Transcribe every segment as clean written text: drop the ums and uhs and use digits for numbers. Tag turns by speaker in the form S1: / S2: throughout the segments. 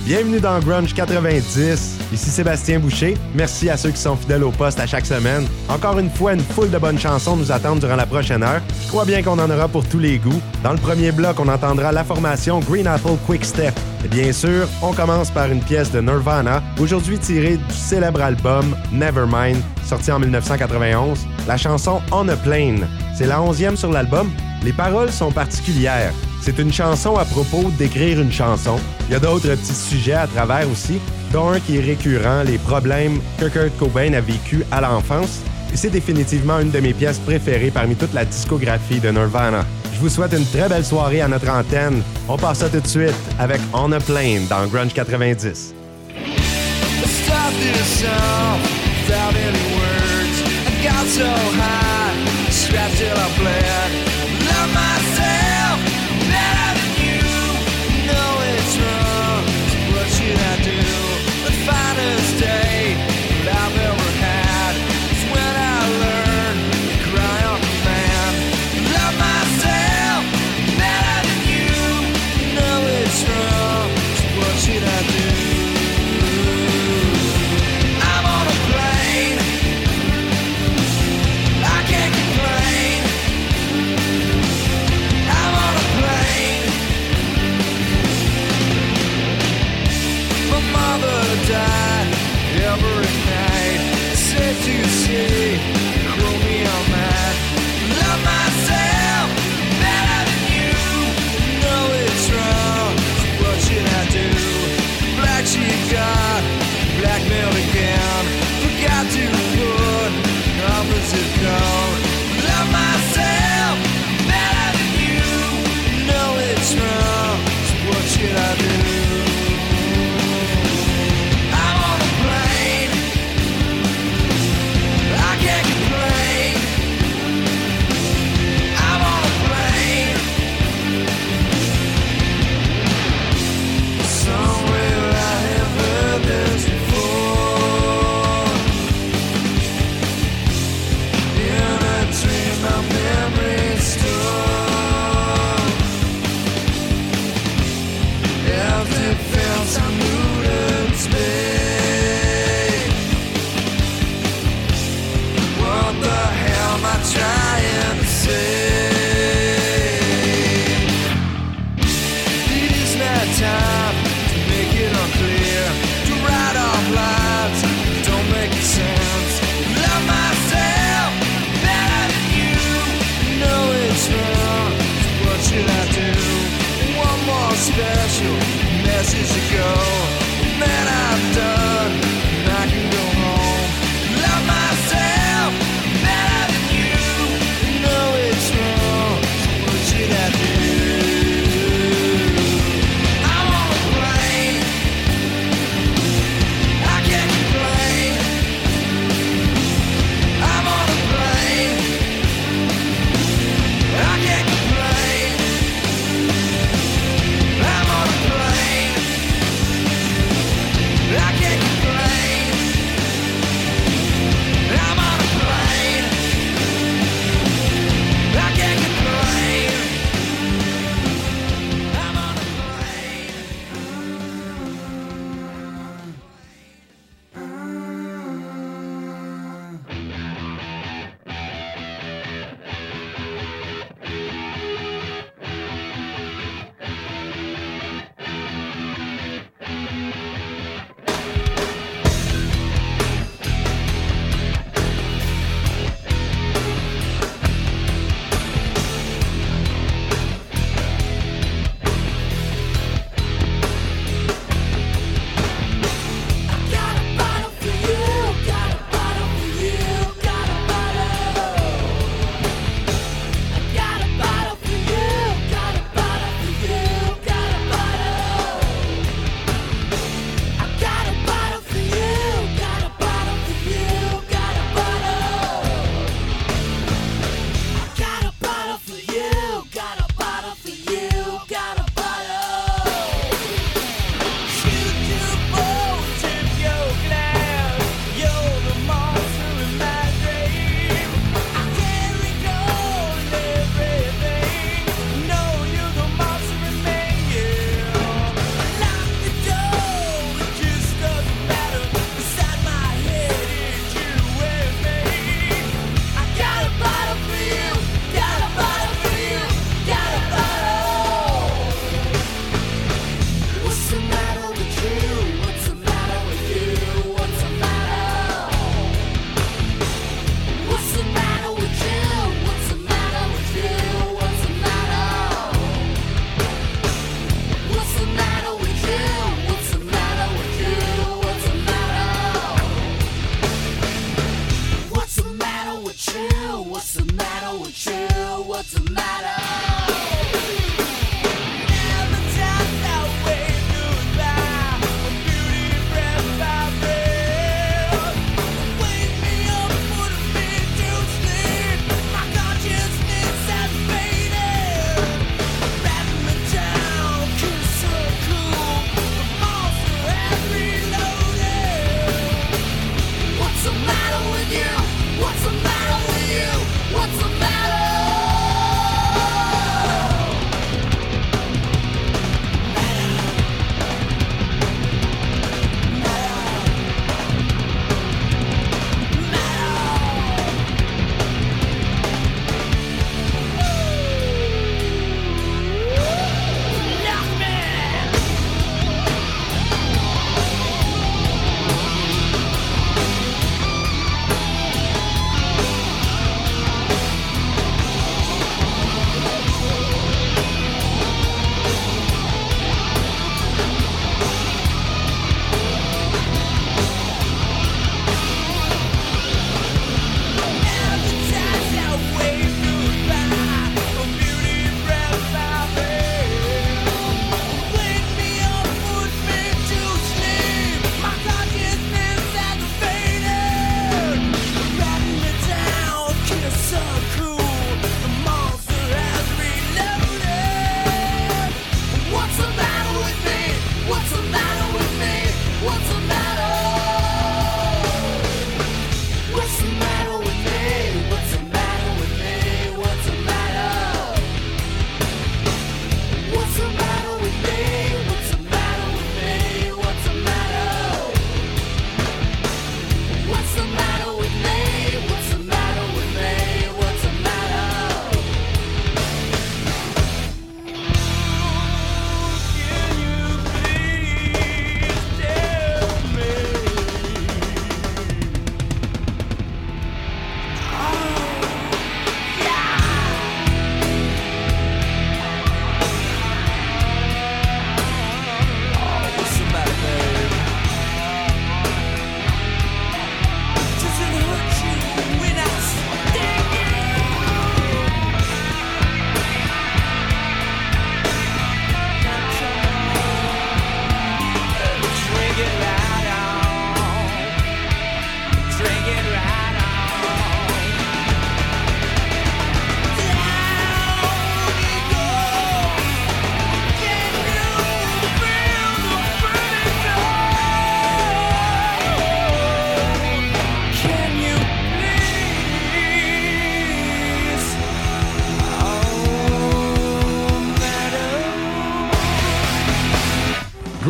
S1: Bienvenue dans Grunge 90. Ici Sébastien Boucher. Merci à ceux qui sont fidèles au poste à chaque semaine. Encore une fois, une foule de bonnes chansons nous attendent durant la prochaine heure. Je crois bien qu'on en aura pour tous les goûts. Dans le premier bloc, on entendra la formation Green Apple Quick Step. Et bien sûr, on commence par une pièce de Nirvana, aujourd'hui tirée du célèbre album Nevermind, sorti en 1991. La chanson On a Plane. C'est la 11e sur l'album. Les paroles sont particulières. C'est une chanson à propos d'écrire une chanson. Il y a d'autres petits sujets à travers aussi, dont un qui est récurrent, les problèmes que Kurt Cobain a vécu à l'enfance. Et c'est définitivement une de mes pièces préférées parmi toute la discographie de Nirvana. Je vous souhaite une très belle soirée à notre antenne. On passe ça tout de suite avec On a Plane dans Grunge 90.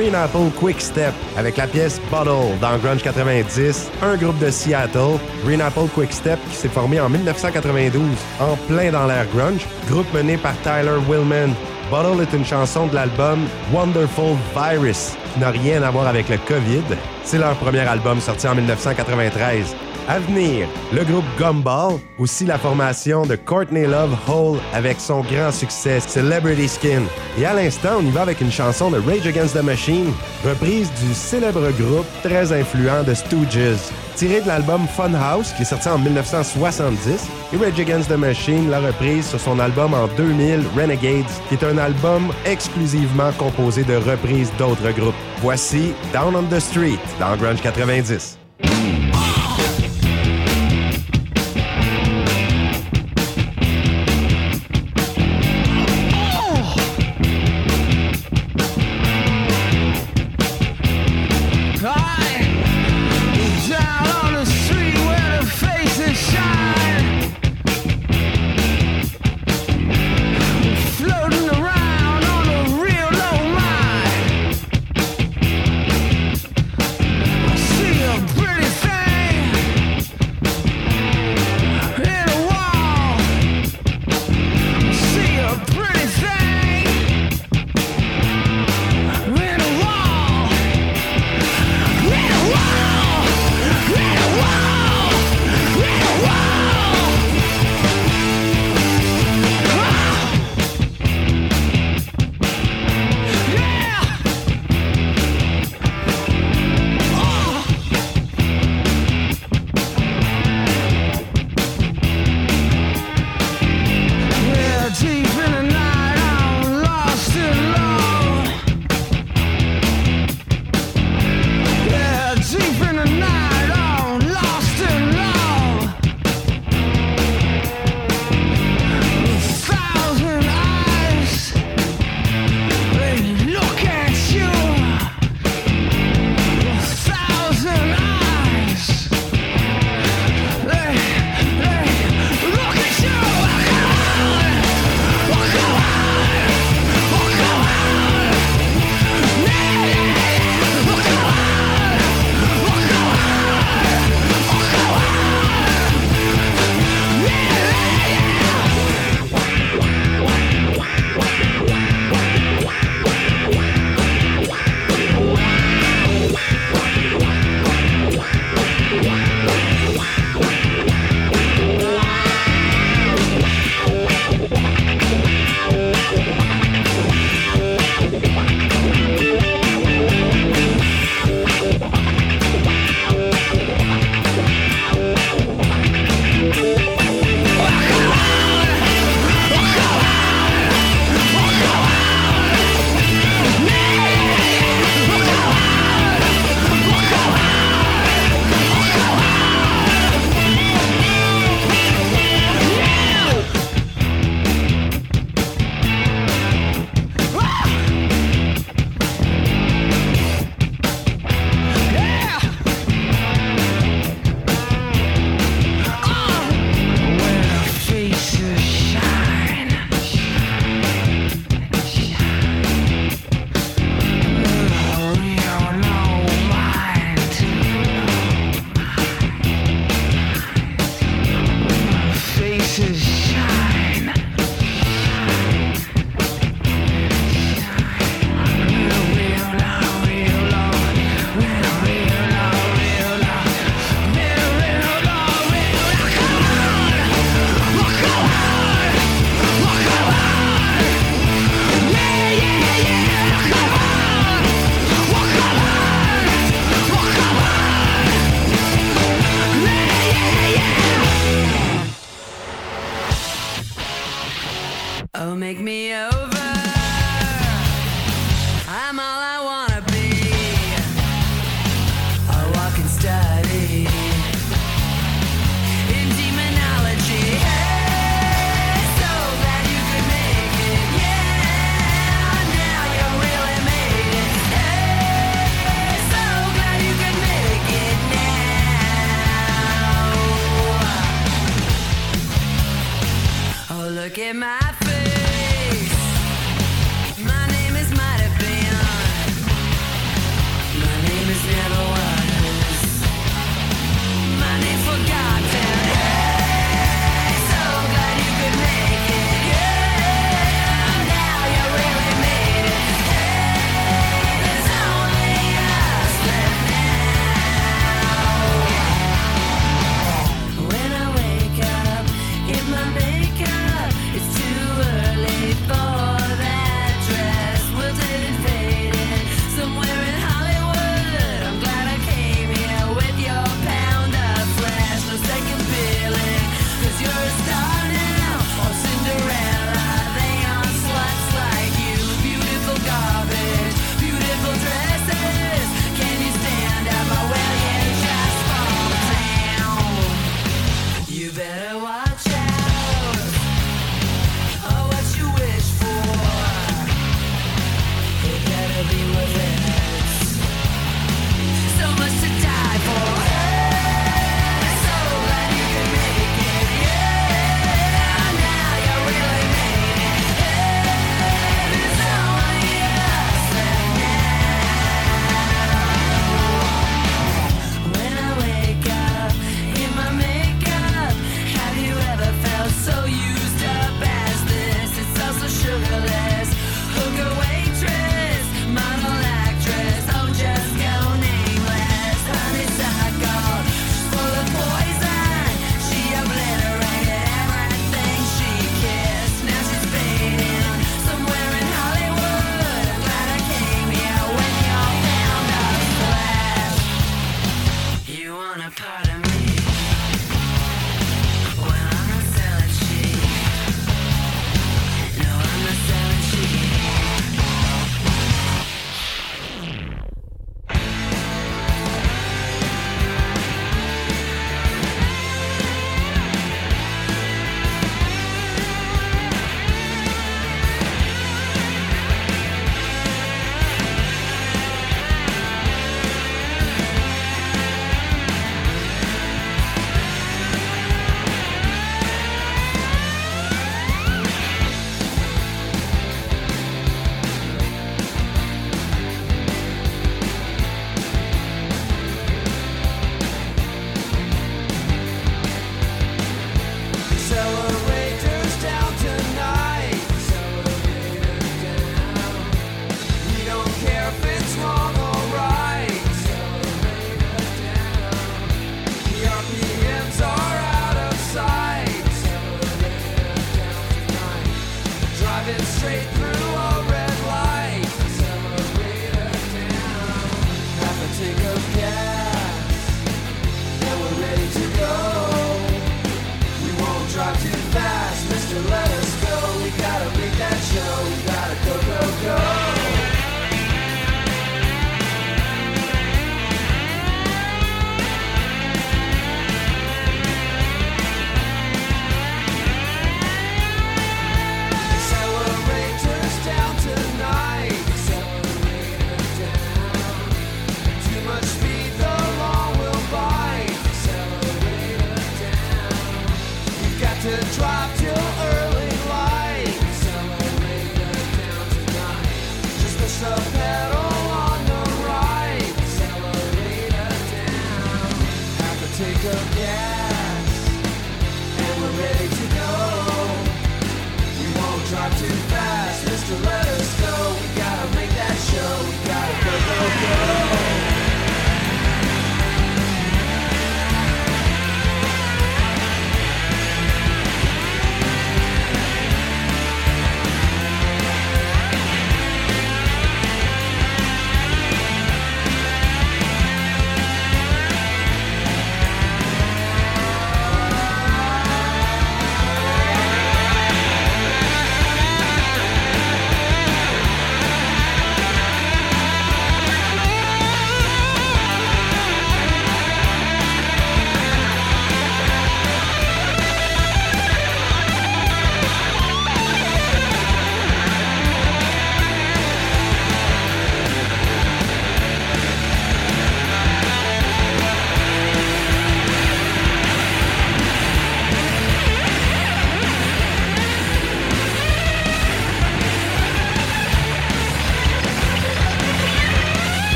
S1: Green Apple Quick Step avec la pièce Bottle dans Grunge 90, un groupe de Seattle, Green Apple Quick Step qui s'est formé en 1992 en plein dans l'ère grunge, groupe mené par Tyler Willman. Bottle est une chanson de l'album Wonderful Virus qui n'a rien à voir avec le COVID. C'est leur premier album sorti en 1993. À venir, le groupe Gumball, aussi la formation de Courtney Love Hole avec son grand succès Celebrity Skin. Et à l'instant, on y va avec une chanson de Rage Against the Machine, reprise du célèbre groupe très influent de Stooges, tiré de l'album Funhouse qui est sorti en 1970, et Rage Against the Machine l'a reprise sur son album en 2000, Renegades, qui est un album exclusivement composé de reprises d'autres groupes. Voici Down on the Street dans Grunge 90.
S2: See a pretty thing. is never was. Money forgotten. Hey, so glad you could make it. Yeah, now you really made it. Hey, there's only us left now. When I wake up, get my makeup. It's too early for that dress. Wilted and faded, somewhere in Hollywood. I'm glad I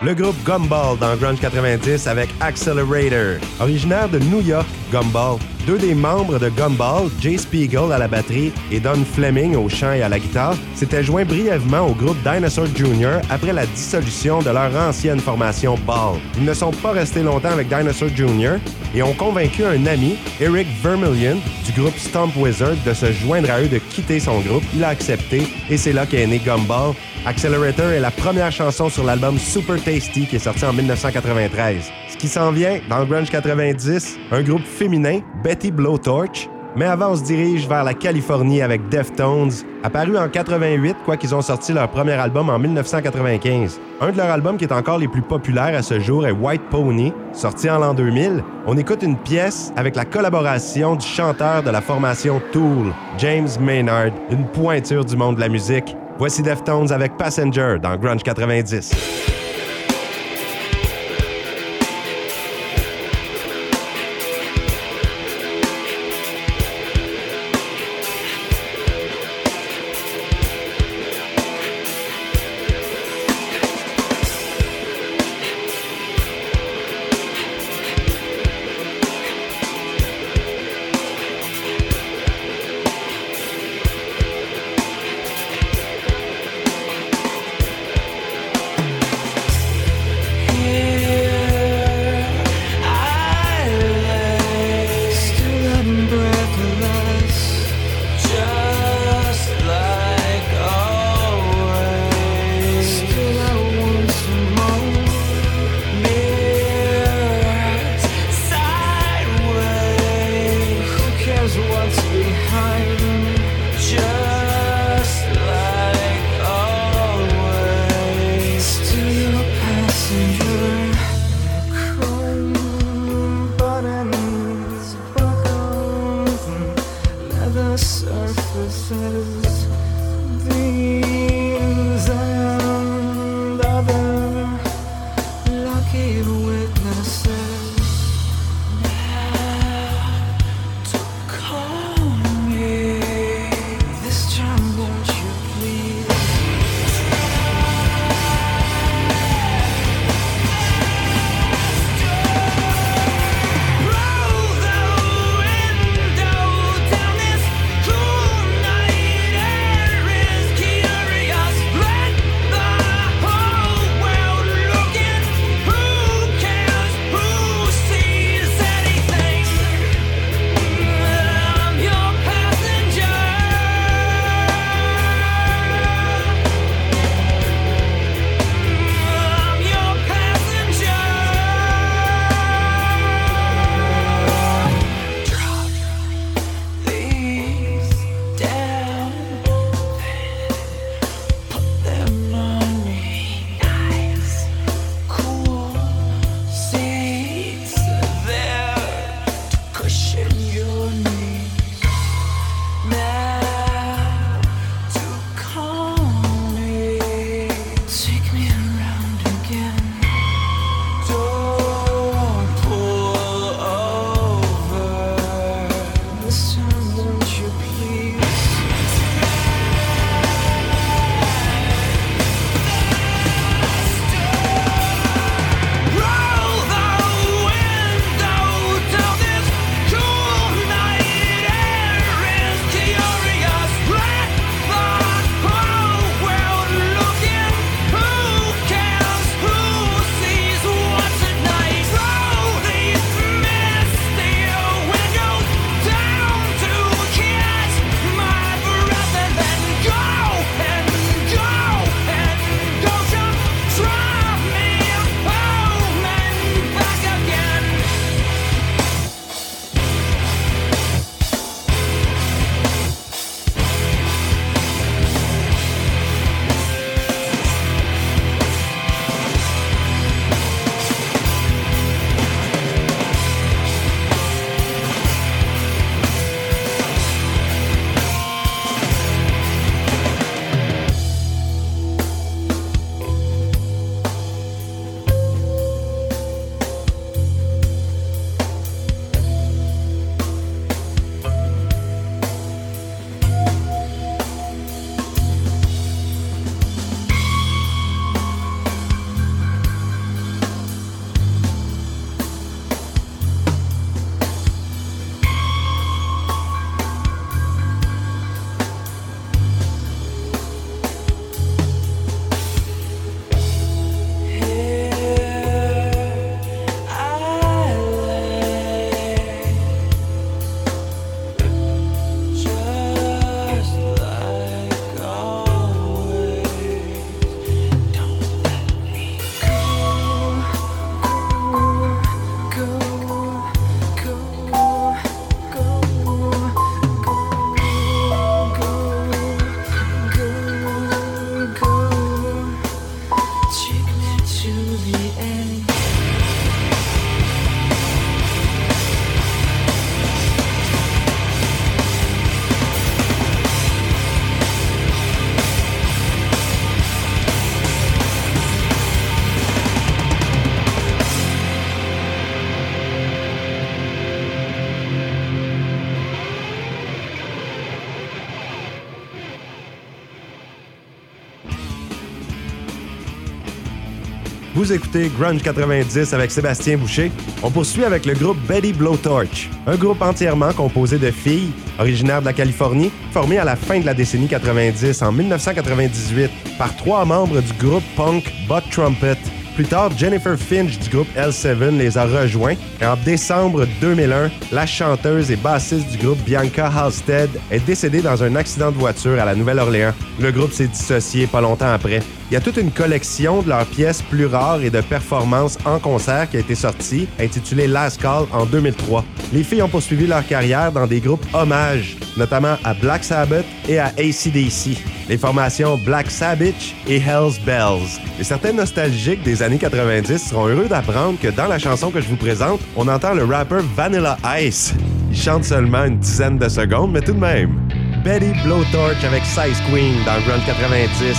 S1: Le groupe Gumball dans Grunge 90 avec Accelerator. Originaire de New York, Gumball. Deux des membres de Gumball, Jay Spiegel à la batterie et Don Fleming au chant et à la guitare, s'étaient joints brièvement au groupe Dinosaur Jr. après la dissolution de leur ancienne formation Ball. Ils ne sont pas restés longtemps avec Dinosaur Jr. et ont convaincu un ami, Eric Vermillion, du groupe Stomp Wizard, de se joindre à eux, de quitter son groupe. Il a accepté et c'est là qu'est né Gumball. Accelerator est la première chanson sur l'album Super Tasty qui est sorti en 1993. Ce qui s'en vient dans Grunge 90, un groupe féminin, Betty Blowtorch. Mais avant, on se dirige vers la Californie avec Deftones, apparu en 88, quoiqu'ils ont sorti leur premier album en 1995. Un de leurs albums qui est encore les plus populaires à ce jour est White Pony, sorti en l'an 2000. On écoute une pièce avec la collaboration du chanteur de la formation Tool, James Maynard, une pointure du monde de la musique. Voici Deftones avec Passenger dans Grunge 90.
S2: Call me.
S1: Vous écoutez Grunge 90 avec Sébastien Boucher. On poursuit avec le groupe Betty Blowtorch, un groupe entièrement composé de filles, originaires de la Californie, formé à la fin de la décennie 90 en 1998 par 3 membres du groupe punk Butt Trumpet. Plus tard, Jennifer Finch du groupe L7 les a rejoints et en décembre 2001, la chanteuse et bassiste du groupe Bianca Halstead est décédée dans un accident de voiture à la Nouvelle-Orléans. Le groupe s'est dissocié pas longtemps après. Il y a toute une collection de leurs pièces plus rares et de performances en concert qui a été sortie, intitulée Last Call en 2003. Les filles ont poursuivi leur carrière dans des groupes hommages, notamment à Black Sabbath et à AC/DC, les formations Black Sabbath et Hell's Bells. Et certains nostalgiques des années 90 seront heureux d'apprendre que dans la chanson que je vous présente, on entend le rappeur Vanilla Ice. Il chante seulement une dizaine de secondes, mais tout de même. Betty Blowtorch avec Size Queen dans Grunge 90.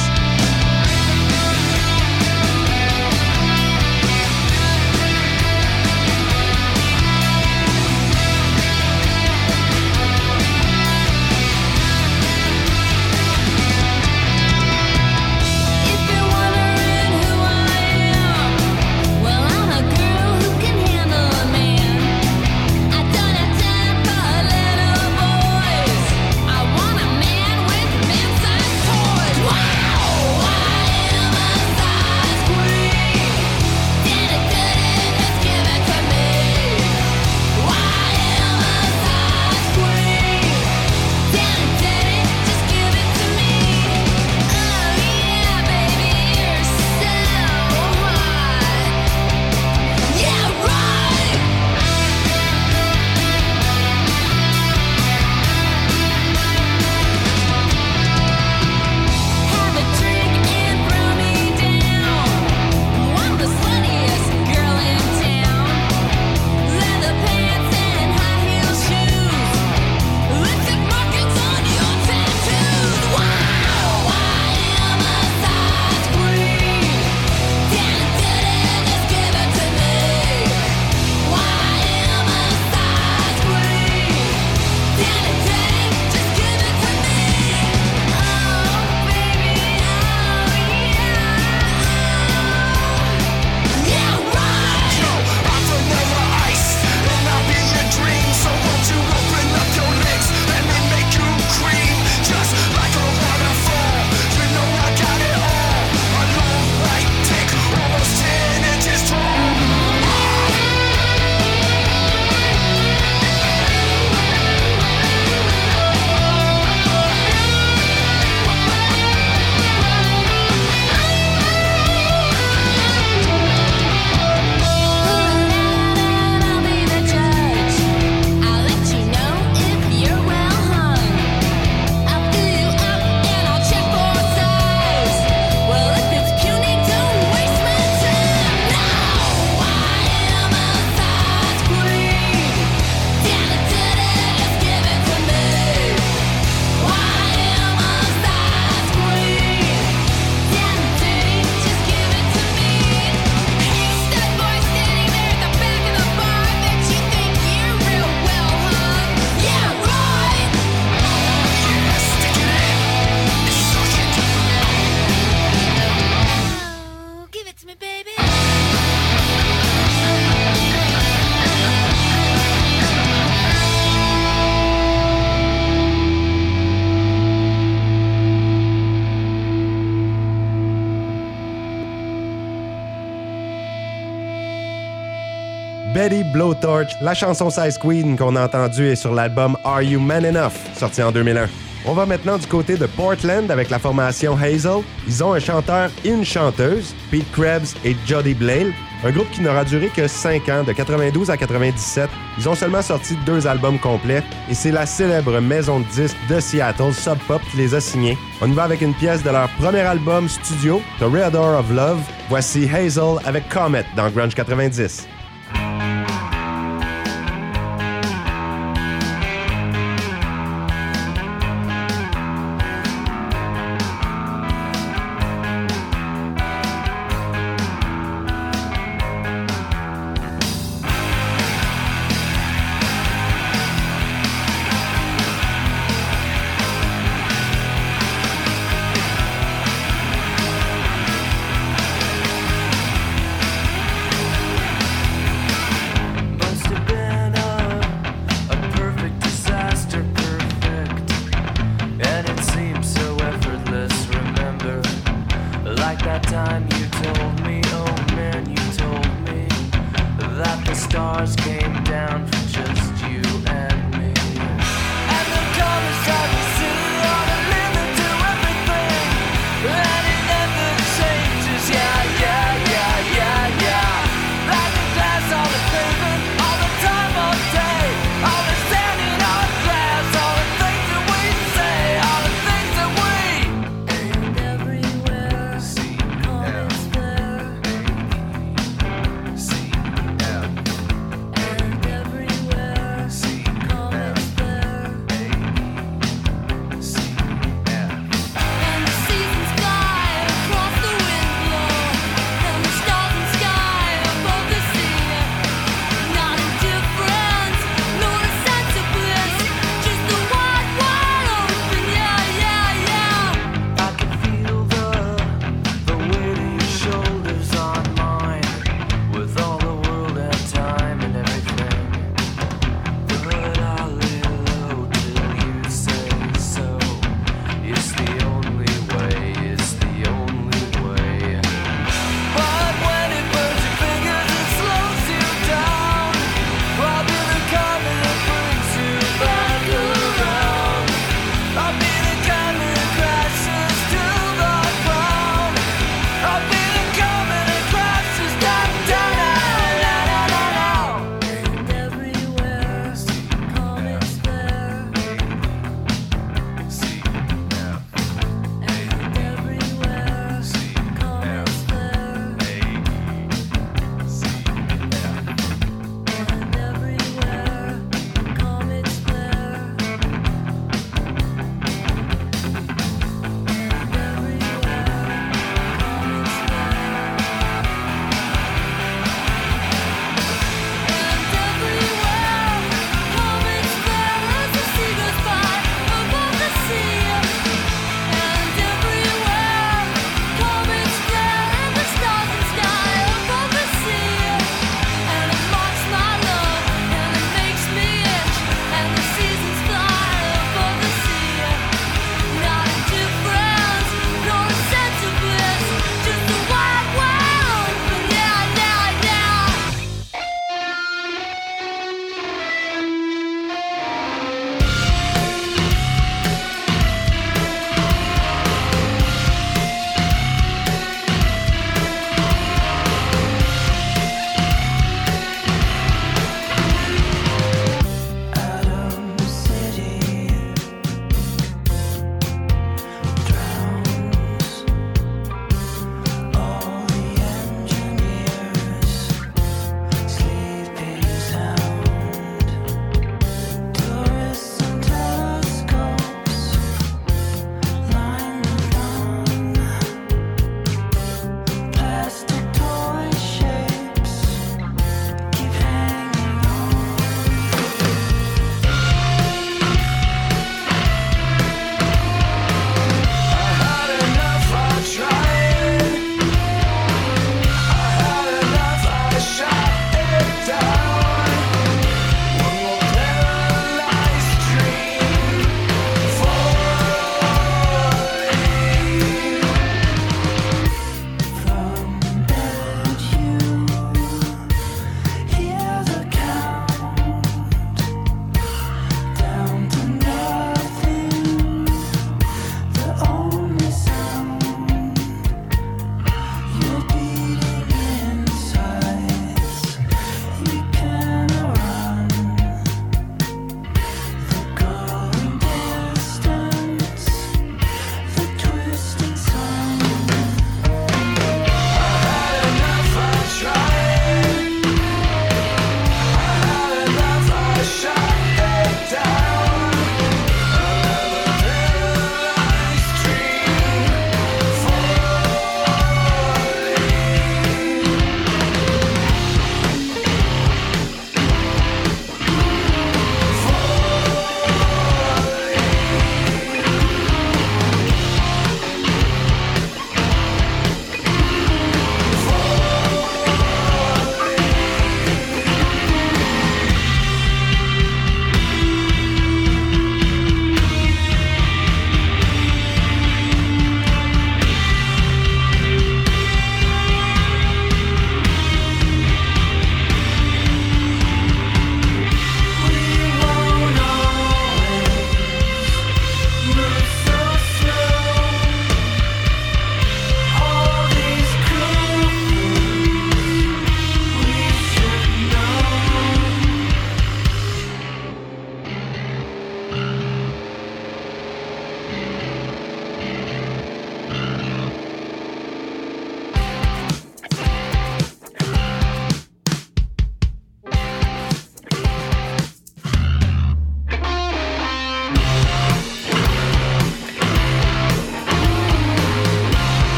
S1: Betty Blowtorch, la chanson Size Queen qu'on a entendue est sur l'album Are You Man Enough, sorti en 2001. On va maintenant du côté de Portland avec la formation Hazel. Ils ont un chanteur et une chanteuse, Pete Krebs et Jody Blale, un groupe qui n'aura duré que 5 ans, de 92 à 97. Ils ont seulement sorti 2 albums complets et c'est la célèbre maison de disques de Seattle, Sub Pop, qui les a signés. On y va avec une pièce de leur premier album studio, Toreador of Love. Voici Hazel avec Comet dans Grunge 90.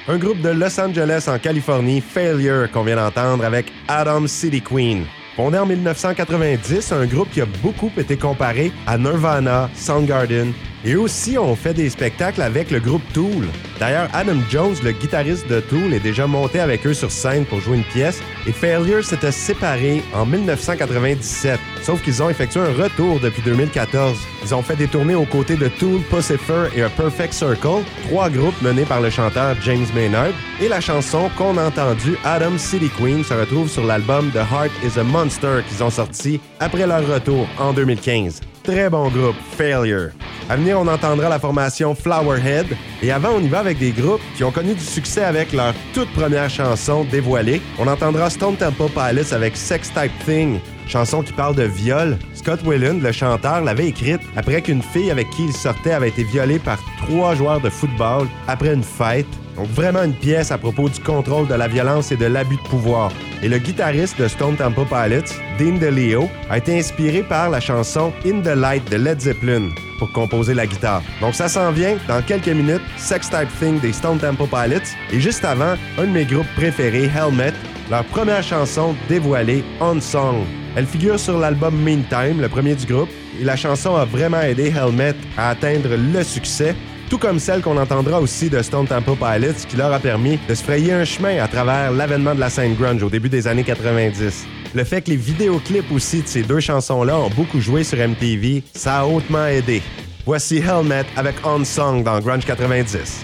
S1: un groupe de Los Angeles en Californie, Failure, qu'on vient d'entendre avec Atom City Queen. Fondé en 1990, un groupe qui a beaucoup été comparé à Nirvana, Soundgarden, et aussi ont fait des spectacles avec le groupe Tool. D'ailleurs, Adam Jones, le guitariste de Tool, est déjà monté avec eux sur scène pour jouer une pièce, et Failure s'était séparé en 1997. Sauf qu'ils ont effectué un retour depuis 2014. Ils ont fait des tournées aux côtés de Tool, Pussifer et A Perfect Circle, 3 groupes menés par le chanteur James Maynard, et la chanson qu'on a entendue, Atom City Queen, se retrouve sur l'album The Heart is a Monster qu'ils ont sorti après leur retour en 2015. Très bon groupe, Failure. À venir, on entendra la formation Flowerhead. Et avant, on y va avec des groupes qui ont connu du succès avec leur toute première chanson dévoilée. On entendra Stone Temple Pilots avec Sex Type Thing, chanson qui parle de viol. Scott Weiland, le chanteur, l'avait écrite après qu'une fille avec qui il sortait avait été violée par 3 joueurs de football après une fête. Donc vraiment une pièce à propos du contrôle de la violence et de l'abus de pouvoir. Et le guitariste de Stone Temple Pilots, Dean DeLeo, a été inspiré par la chanson In the Light de Led Zeppelin pour composer la guitare. Donc ça s'en vient dans quelques minutes, Sex Type Thing des Stone Temple Pilots. Et juste avant, un de mes groupes préférés, Helmet, leur première chanson dévoilée, On Song. Elle figure sur l'album Meantime, le premier du groupe, et la chanson a vraiment aidé Helmet à atteindre le succès, tout comme celle qu'on entendra aussi de Stone Temple Pilots, qui leur a permis de se frayer un chemin à travers l'avènement de la scène grunge au début des années 90. Le fait que les vidéoclips aussi de ces 2 chansons-là ont beaucoup joué sur MTV, ça a hautement aidé. Voici Helmet avec On Song dans Grunge 90.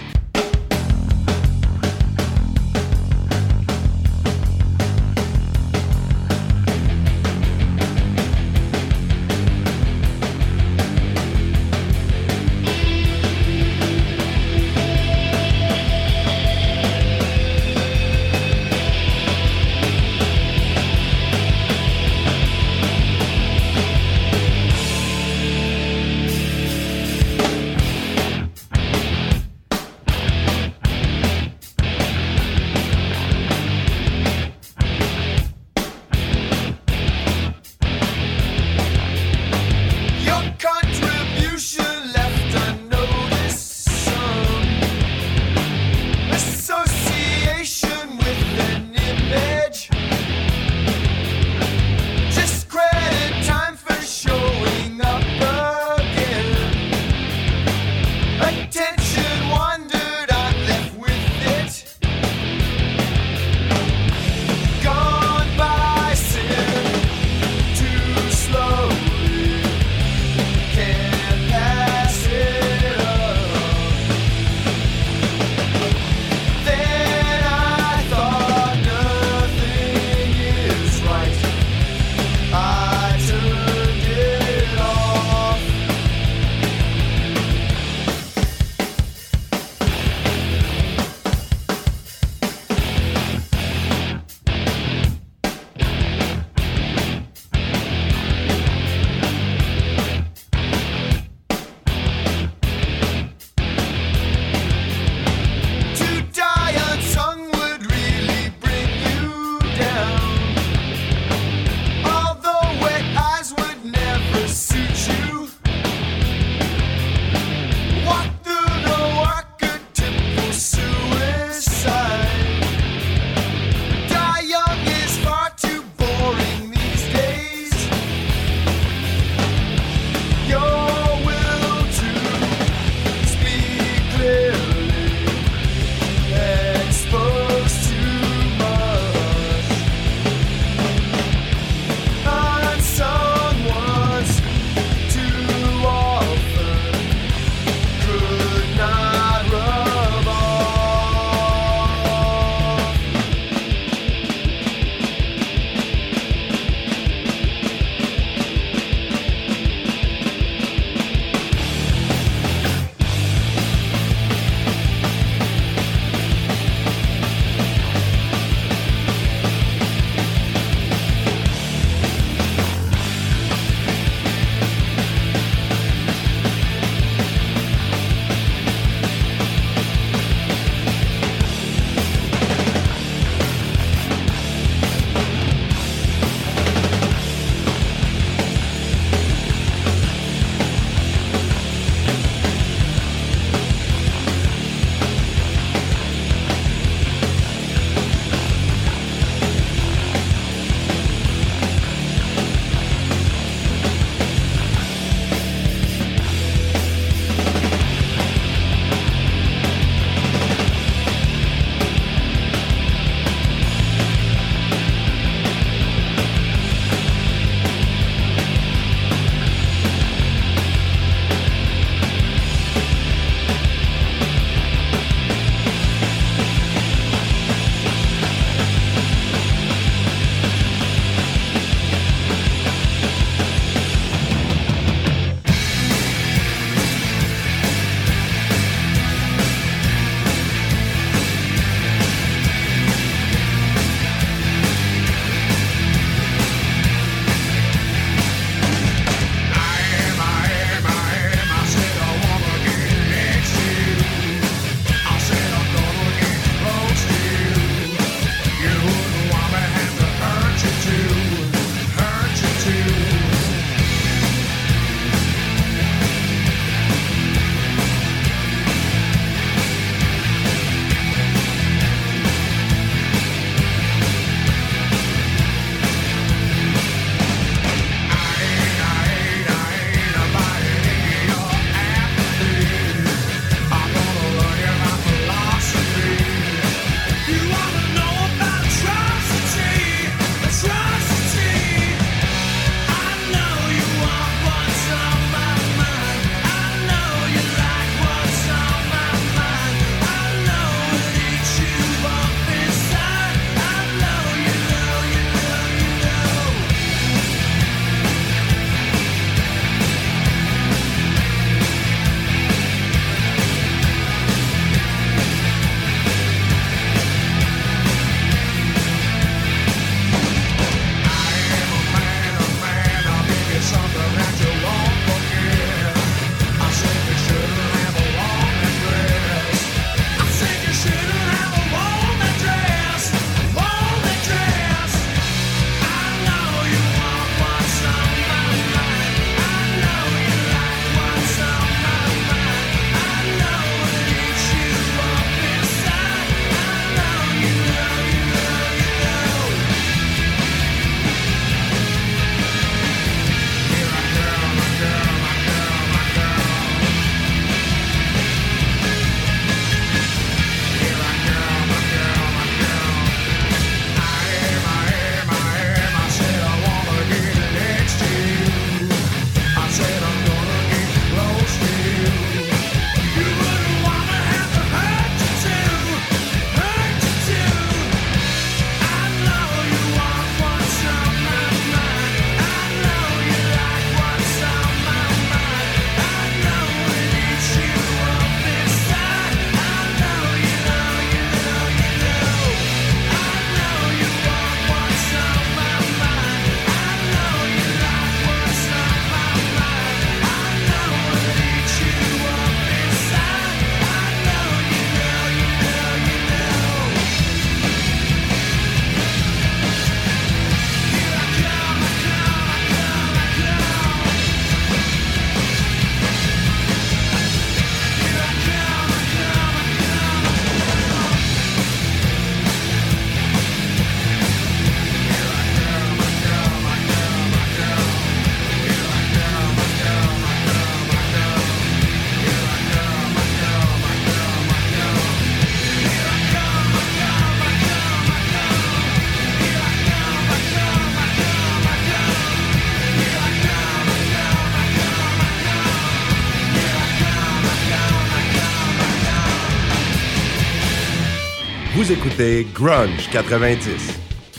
S1: Vous écoutez Grunge 90.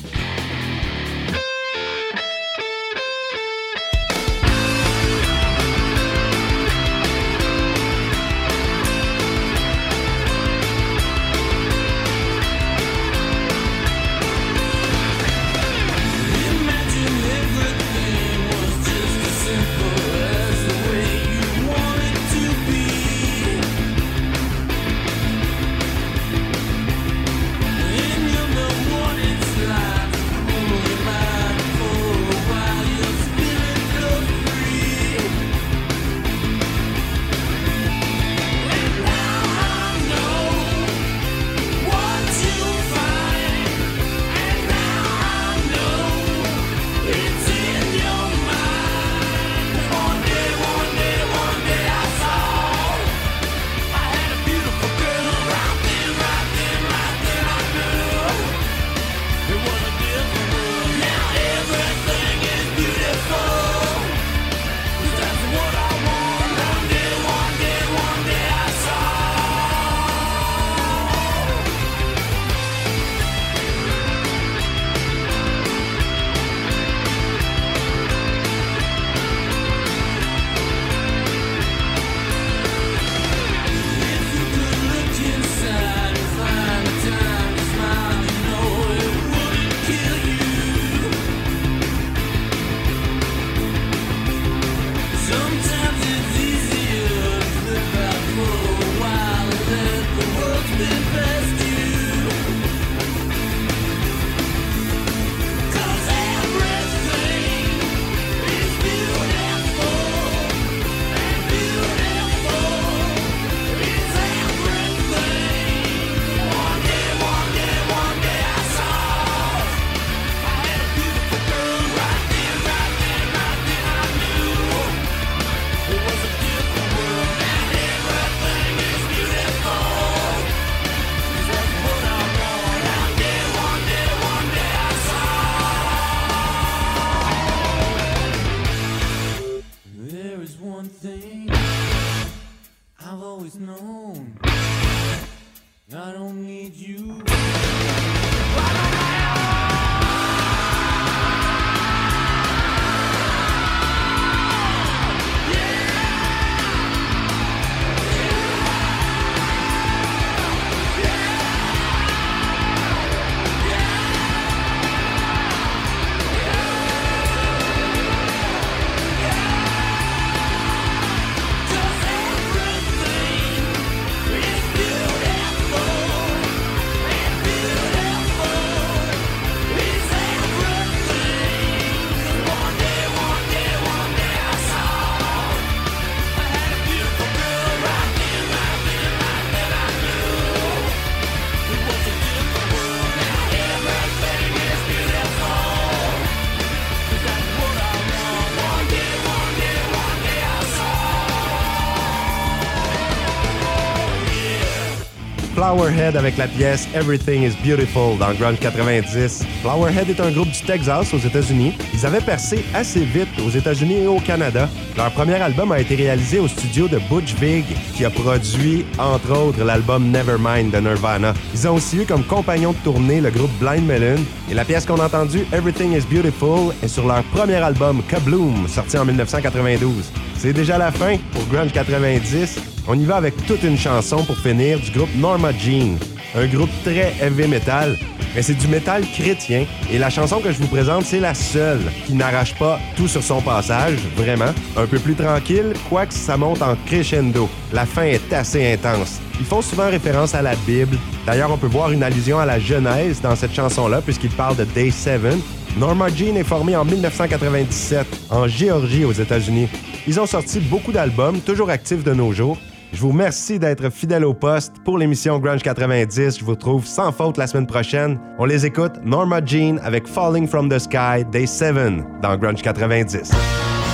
S1: Flowerhead avec la pièce Everything is Beautiful dans Grunge 90. Flowerhead est un groupe du Texas aux États-Unis. Ils avaient percé assez vite aux États-Unis et au Canada. Leur premier album a été réalisé au studio de Butch Vig, qui a produit, entre autres, l'album Nevermind de Nirvana. Ils ont aussi eu comme compagnon de tournée le groupe Blind Melon. Et la pièce qu'on a entendue, Everything is Beautiful, est sur leur premier album, Kabloom, sorti en 1992. C'est déjà la fin pour Grunge 90. On y va avec toute une chanson pour finir du groupe Norma Jean, un groupe très heavy metal, mais c'est du métal chrétien. Et la chanson que je vous présente, c'est la seule qui n'arrache pas tout sur son passage, vraiment. Un peu plus tranquille, quoique ça monte en crescendo. La fin est assez intense. Ils font souvent référence à la Bible. D'ailleurs, on peut voir une allusion à la Genèse dans cette chanson-là, puisqu'il parle de Day 7. Norma Jean est formée en 1997, en Géorgie, aux États-Unis. Ils ont sorti beaucoup d'albums, toujours actifs de nos jours. Je vous remercie d'être fidèle au poste pour l'émission Grunge 90. Je vous retrouve sans faute la semaine prochaine. On les écoute, Norma Jean avec Falling from the Sky, Day 7 dans Grunge 90.